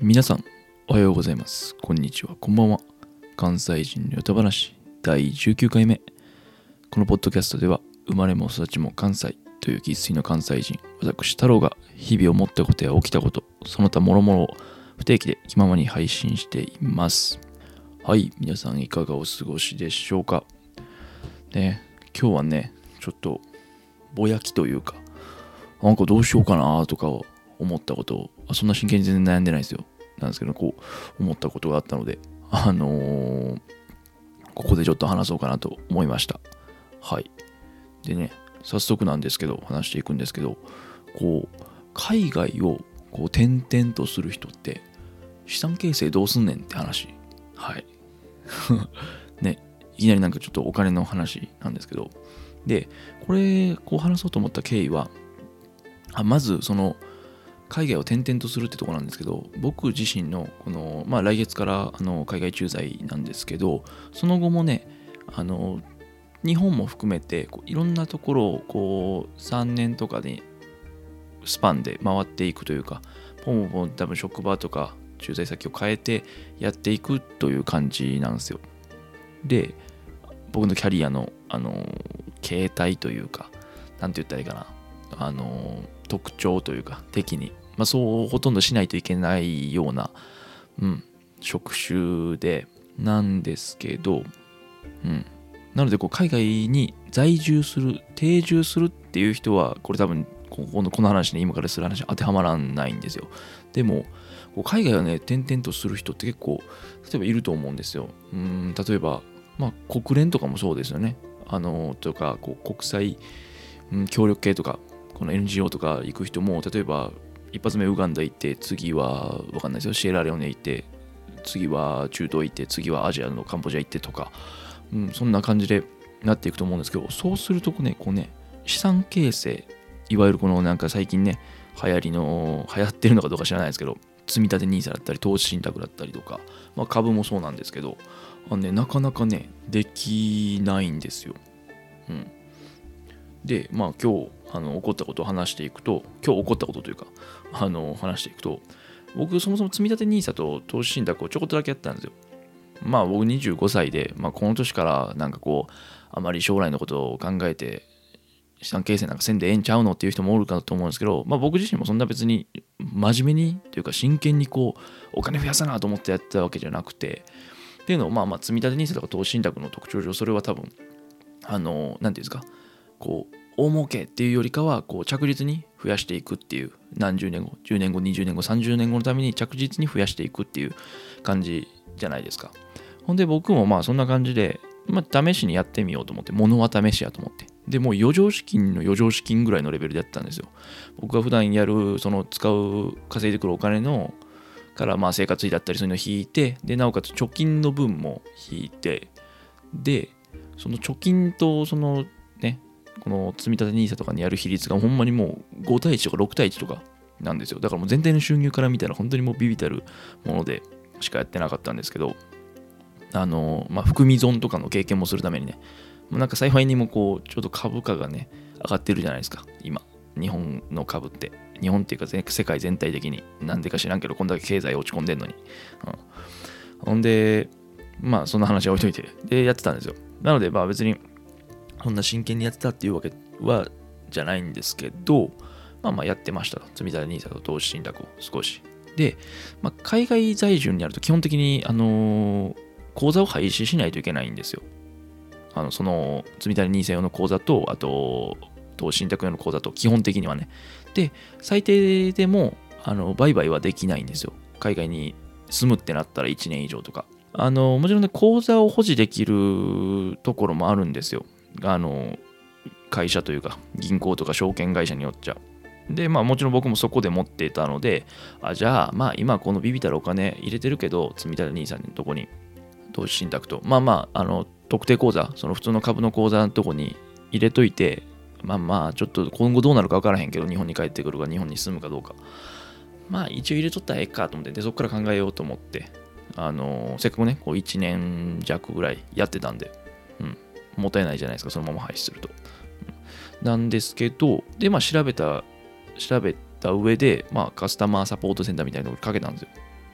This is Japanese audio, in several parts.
皆さんおはようございます。こんにちは、こんばんは。関西人のよた話第19回目。このポッドキャストでは生まれも育ちも関西という生粋の関西人、私太郎が日々思ったことや起きたこと、その他諸々を不定期で気ままに配信しています。はい、皆さんいかがお過ごしでしょうか。ね、今日はね、ちょっとぼやきというか、なんかどうしようかなとか思ったことを、そんな真剣に全然悩んでないですよ。なんですけど、こう思ったことがあったので、ここでちょっと話そうかなと思いました。はい。でね、早速なんですけど、話していくんですけど、こう、海外をこう転々とする人って、資産形成どうすんねんって話。はい。ね、いきなりなんかちょっとお金の話なんですけど、で、これ、こう話そうと思った経緯は、まず、海外を転々とするってところなんですけど、僕自身の来月から海外駐在なんですけど、その後もね、日本も含めていろんなところを3年とかでスパンで回っていくというか、ポンポン多分職場とか駐在先を変えてやっていくという感じなんですよ。で、僕のキャリアの形態というか、なんて言ったらいいかな、特徴というか的に、そうほとんどしないといけないような、職種でなんですけど、なので海外に在住する、定住するっていう人は、これ多分この話ね、今からする話当てはまらないんですよ。でも海外はね、転々とする人って結構例えばいると思うんですよ。例えば国連とかもそうですよね。とか国際、協力系とかこの NGO とか行く人も、例えば一発目ウガンダ行って、次は分かんないですよ、シエラレオネ行って、次は中東行って、次はアジアのカンボジア行ってとか、そんな感じでなっていくと思うんですけど、そうするとね、資産形成、いわゆるなんか最近ね、流行ってるのかどうか知らないですけど、積み立て NISA だったり、投資信託だったりとか、株もそうなんですけど、なかなかね、できないんですよ。で、今日起こったことを話していくと、話していくと、僕そもそも積み立て NISA と投資信託をちょこっとだけやったんですよ。僕25歳で、この年からなんかあまり将来のことを考えて資産形成なんかせんでええんちゃうのっていう人もおるかと思うんですけど、僕自身もそんな別に真面目にというか真剣にお金増やさなと思ってやったわけじゃなくて、っていうのを積み立て NISA とか投資信託の特徴上、それは多分なんていうんですか、大儲けっていうよりかは着実に増やしていくっていう、何十年後、10年後、20年後、30年後のために着実に増やしていくっていう感じじゃないですか。ほんで僕もそんな感じで、試しにやってみようと思って、物は試しやと思って、でもう余剰資金の余剰資金ぐらいのレベルでやったんですよ。僕が普段やる稼いでくるお金のから生活費だったりそういうのを引いて、でなおかつ貯金の分も引いて、でその貯金とこの積み立て NISA とかにやる比率がほんまにもう5対1とか6対1とかなんですよ。だからもう全体の収入から見たら本当にもうビビたるものでしかやってなかったんですけど、含み損とかの経験もするためにね、なんか幸いにもちょっと株価がね上がってるじゃないですか今。日本の株って、日本っていうか世界全体的に、なんでか知らんけどこんだけ経済落ち込んでんのに、ほんでそんな話は置いといて、でやってたんですよ。なので別にそんな真剣にやってたっていうわけはじゃないんですけど、やってましたと。積み立て NISA と投資信託を少しで、海外在住になると基本的に口座を廃止しないといけないんですよ。その積み立て NISA 用の口座と、あと投資信託用の口座と、基本的にはね。で、最低でも売買はできないんですよ。海外に住むってなったら1年以上とか。もちろんね、口座を保持できるところもあるんですよ。会社というか銀行とか証券会社によっちゃ。でもちろん僕もそこで持っていたので、じゃあ今このビビたるお金入れてるけど、積み立て NISA のとこに投資信託と特定口座、その普通の株の口座のとこに入れといて、ちょっと今後どうなるか分からへんけど、日本に帰ってくるか日本に住むかどうか、一応入れとったらええかと思って、でそこから考えようと思って、せっかくね1年弱ぐらいやってたんで、もったいないじゃないですか、そのまま廃止すると。なんですけど、で調べた上で、カスタマーサポートセンターみたいなのをかけたんですよ。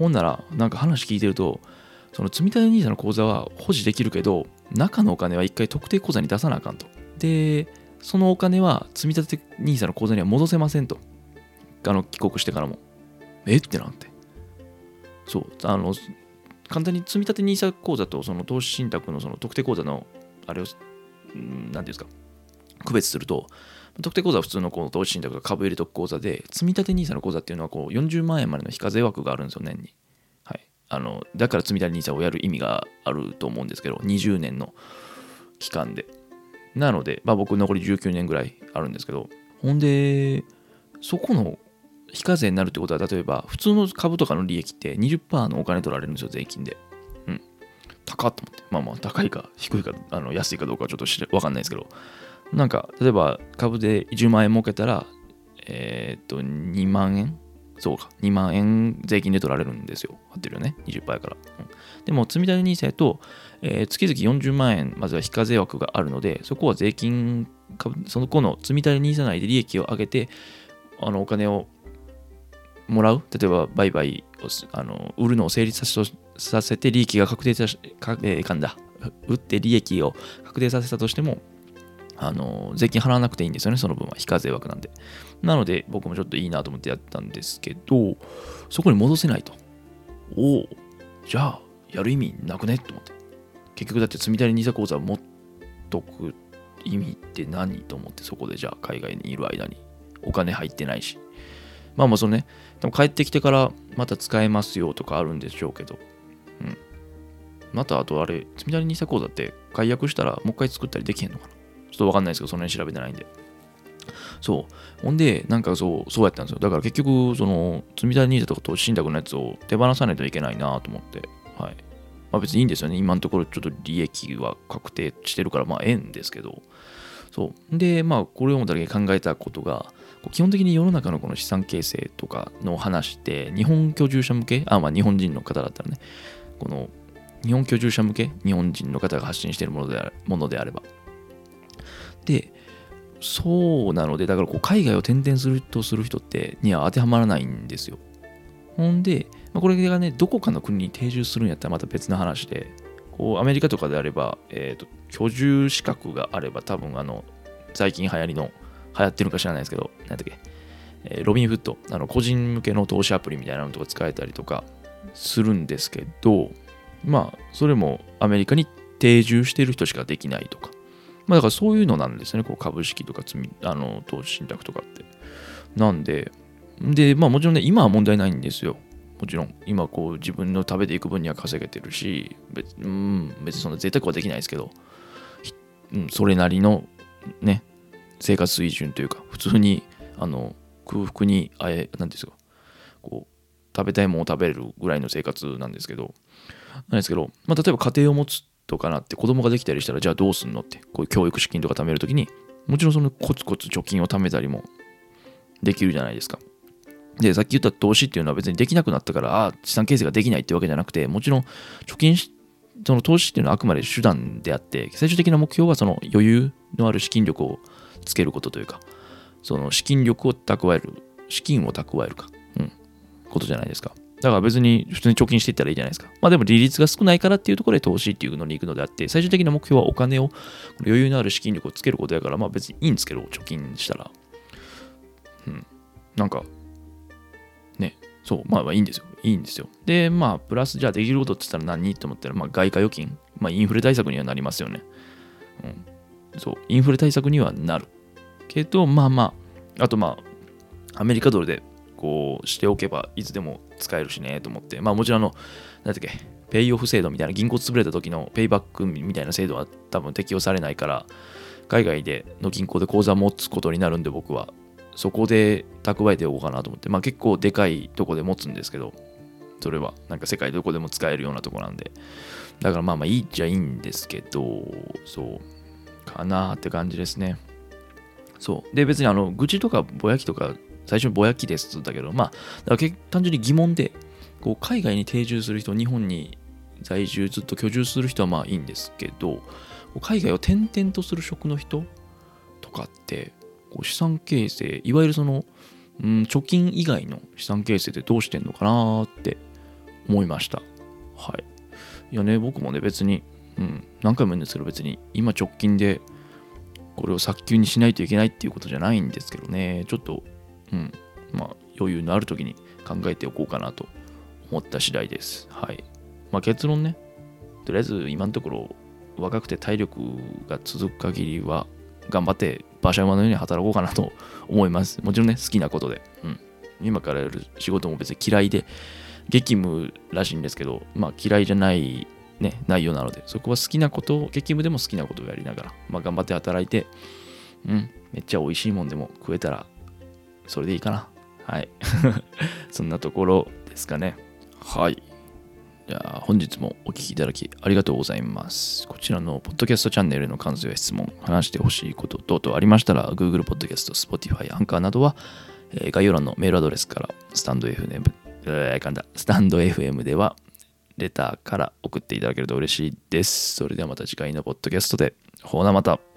ほんならなんか話聞いてると、その積立 NISA の口座は保持できるけど、中のお金は一回特定口座に出さなあかんと。で、そのお金は積立 NISA の口座には戻せませんと。帰国してからも。ってなって。そう、簡単に積立 NISA 口座とその投資信託のその特定口座のあれを、なんていうんですか、区別すると、特定口座は普通のこう投資信託が株入れとく口座で、積立 NISA の口座っていうのはこう40万円までの非課税枠があるんですよ、年に。はい。だから積立 NISA をやる意味があると思うんですけど、20年の期間で。なので、僕残り19年ぐらいあるんですけど、ほんで、そこの非課税になるってことは、例えば普通の株とかの利益って 20% のお金取られるんですよ、税金で。高っと思って。高いか低いか安いかどうかはちょっと分かんないですけど、なんか例えば株で10万円儲けたら2万円そうか2万円税金で取られるんですよ。合ってるよね、 20% やから、でも積立 NISA やと、月々40万円まずは非課税枠があるので、そこは税金その子の積立 NISA 内で利益を上げてお金をもらう。例えば売買を売るのを成立させて利益が確定売って利益を確定させたとしても税金払わなくていいんですよね、その分は非課税枠なんで。なので僕もちょっといいなと思ってやったんですけど、そこに戻せないと。じゃあやる意味なくねと思って。結局だって積立 NISA 口座を持っとく意味って何と思って、そこでじゃあ海外にいる間にお金入ってないし、そのね、でも帰ってきてからまた使えますよとかあるんでしょうけど、またあと積立 NISA 口座って解約したらもう一回作ったりできへんのかな、ちょっとわかんないですけど、その辺調べてないんで。そう。ほんで、なんかそうやったんですよ。だから結局、その、積立 NISA とか投資信託のやつを手放さないといけないなと思って、はい。別にいいんですよね。今のところちょっと利益は確定してるから、ええんですけど。そう。で、これを思った時に考えたことが、基本的に世の中のこの資産形成とかの話って、日本居住者向け、日本人の方だったらね、この、日本居住者向け、日本人の方が発信しているものであれば。で、そうなので、だから海外を転々する人ってには当てはまらないんですよ。ほんで、これがね、どこかの国に定住するんやったらまた別の話で、アメリカとかであれば、居住資格があれば多分最近流行ってるか知らないですけど、何だっけ、ロビンフット、個人向けの投資アプリみたいなのとか使えたりとかするんですけど、それもアメリカに定住してる人しかできないとか。だからそういうのなんですよね、株式とか投資信託とかって。なんで、もちろんね、今は問題ないんですよ。もちろん、今自分の食べていく分には稼げてるし、別にそんな贅沢はできないですけど、それなりのね、生活水準というか、普通に空腹になんですか、食べたいものを食べれるぐらいの生活なんですけど、例えば家庭を持つとかなって子供ができたりしたら、じゃあどうすんのって、こういう教育資金とか貯めるときに、もちろんそのコツコツ貯金を貯めたりもできるじゃないですか。で、さっき言った投資っていうのは別にできなくなったから資産形成ができないってわけじゃなくて、もちろんその投資っていうのはあくまで手段であって、最終的な目標はその余裕のある資金力をつけることというか、その資金を蓄えるか、ことじゃないですか。だから別に普通に貯金していったらいいじゃないですか。でも利率が少ないからっていうところで投資っていうのに行くのであって、最終的な目標はお金を、余裕のある資金力をつけることやから、別にいいんですけど、貯金したら。なんか、ね、そう、いいんですよ。いいんですよ。で、プラスじゃあできることって言ったら何と思ったら、外貨預金。インフレ対策にはなりますよね。そう、インフレ対策にはなる。けど、あとアメリカドルでしておけばいつでも使えるしねと思って、もちろんペイオフ制度みたいな、銀行潰れた時のペイバックみたいな制度は多分適用されないから、海外の銀行で口座を持つことになるんで、僕はそこで蓄えておこうかなと思って、結構でかいとこで持つんですけど、それは世界どこでも使えるようなとこなんで、だからいいっちゃいいんですけど、そうかなって感じですね。そうで、別に愚痴とかぼやきとか、最初にぼやきですって言ったけど、だから単純に疑問で、海外に定住する人、日本に在住ずっと居住する人はいいんですけど、海外を転々とする職の人とかって、資産形成、いわゆるその、貯金以外の資産形成ってどうしてんのかなって思いました。はい。いやね、僕もね、別に、何回も言うんですけど、別に今直近でこれを早急にしないといけないっていうことじゃないんですけどね、ちょっと、余裕のある時に考えておこうかなと思った次第です。はい。結論ね、とりあえず今のところ若くて体力が続く限りは頑張って馬車馬のように働こうかなと思います。もちろんね、好きなことで。今からやる仕事も別に嫌いで、激務らしいんですけど、嫌いじゃないね、内容なので、そこは好きなことを、激務でも好きなことをやりながら、頑張って働いて、めっちゃ美味しいもんでも食えたら、それでいいかな。はい。そんなところですかね。はい。じゃあ、本日もお聞きいただきありがとうございます。こちらのポッドキャストチャンネルへの感想や質問、話してほしいこと等々ありましたら、Google Podcast、Spotify、Anchor などは、概要欄のメールアドレスから、スタンド FM では、レターから送っていただけると嬉しいです。それではまた次回のポッドキャストで。ほなまた。